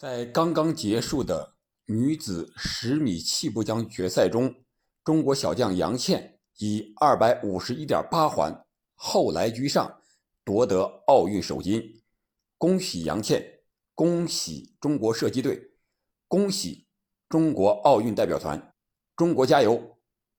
在刚刚结束的女子10米气步枪决赛中，中国小将杨倩以251.8环后来居上，夺得奥运首金。恭喜杨倩，恭喜中国射击队，恭喜中国奥运代表团，中国加油！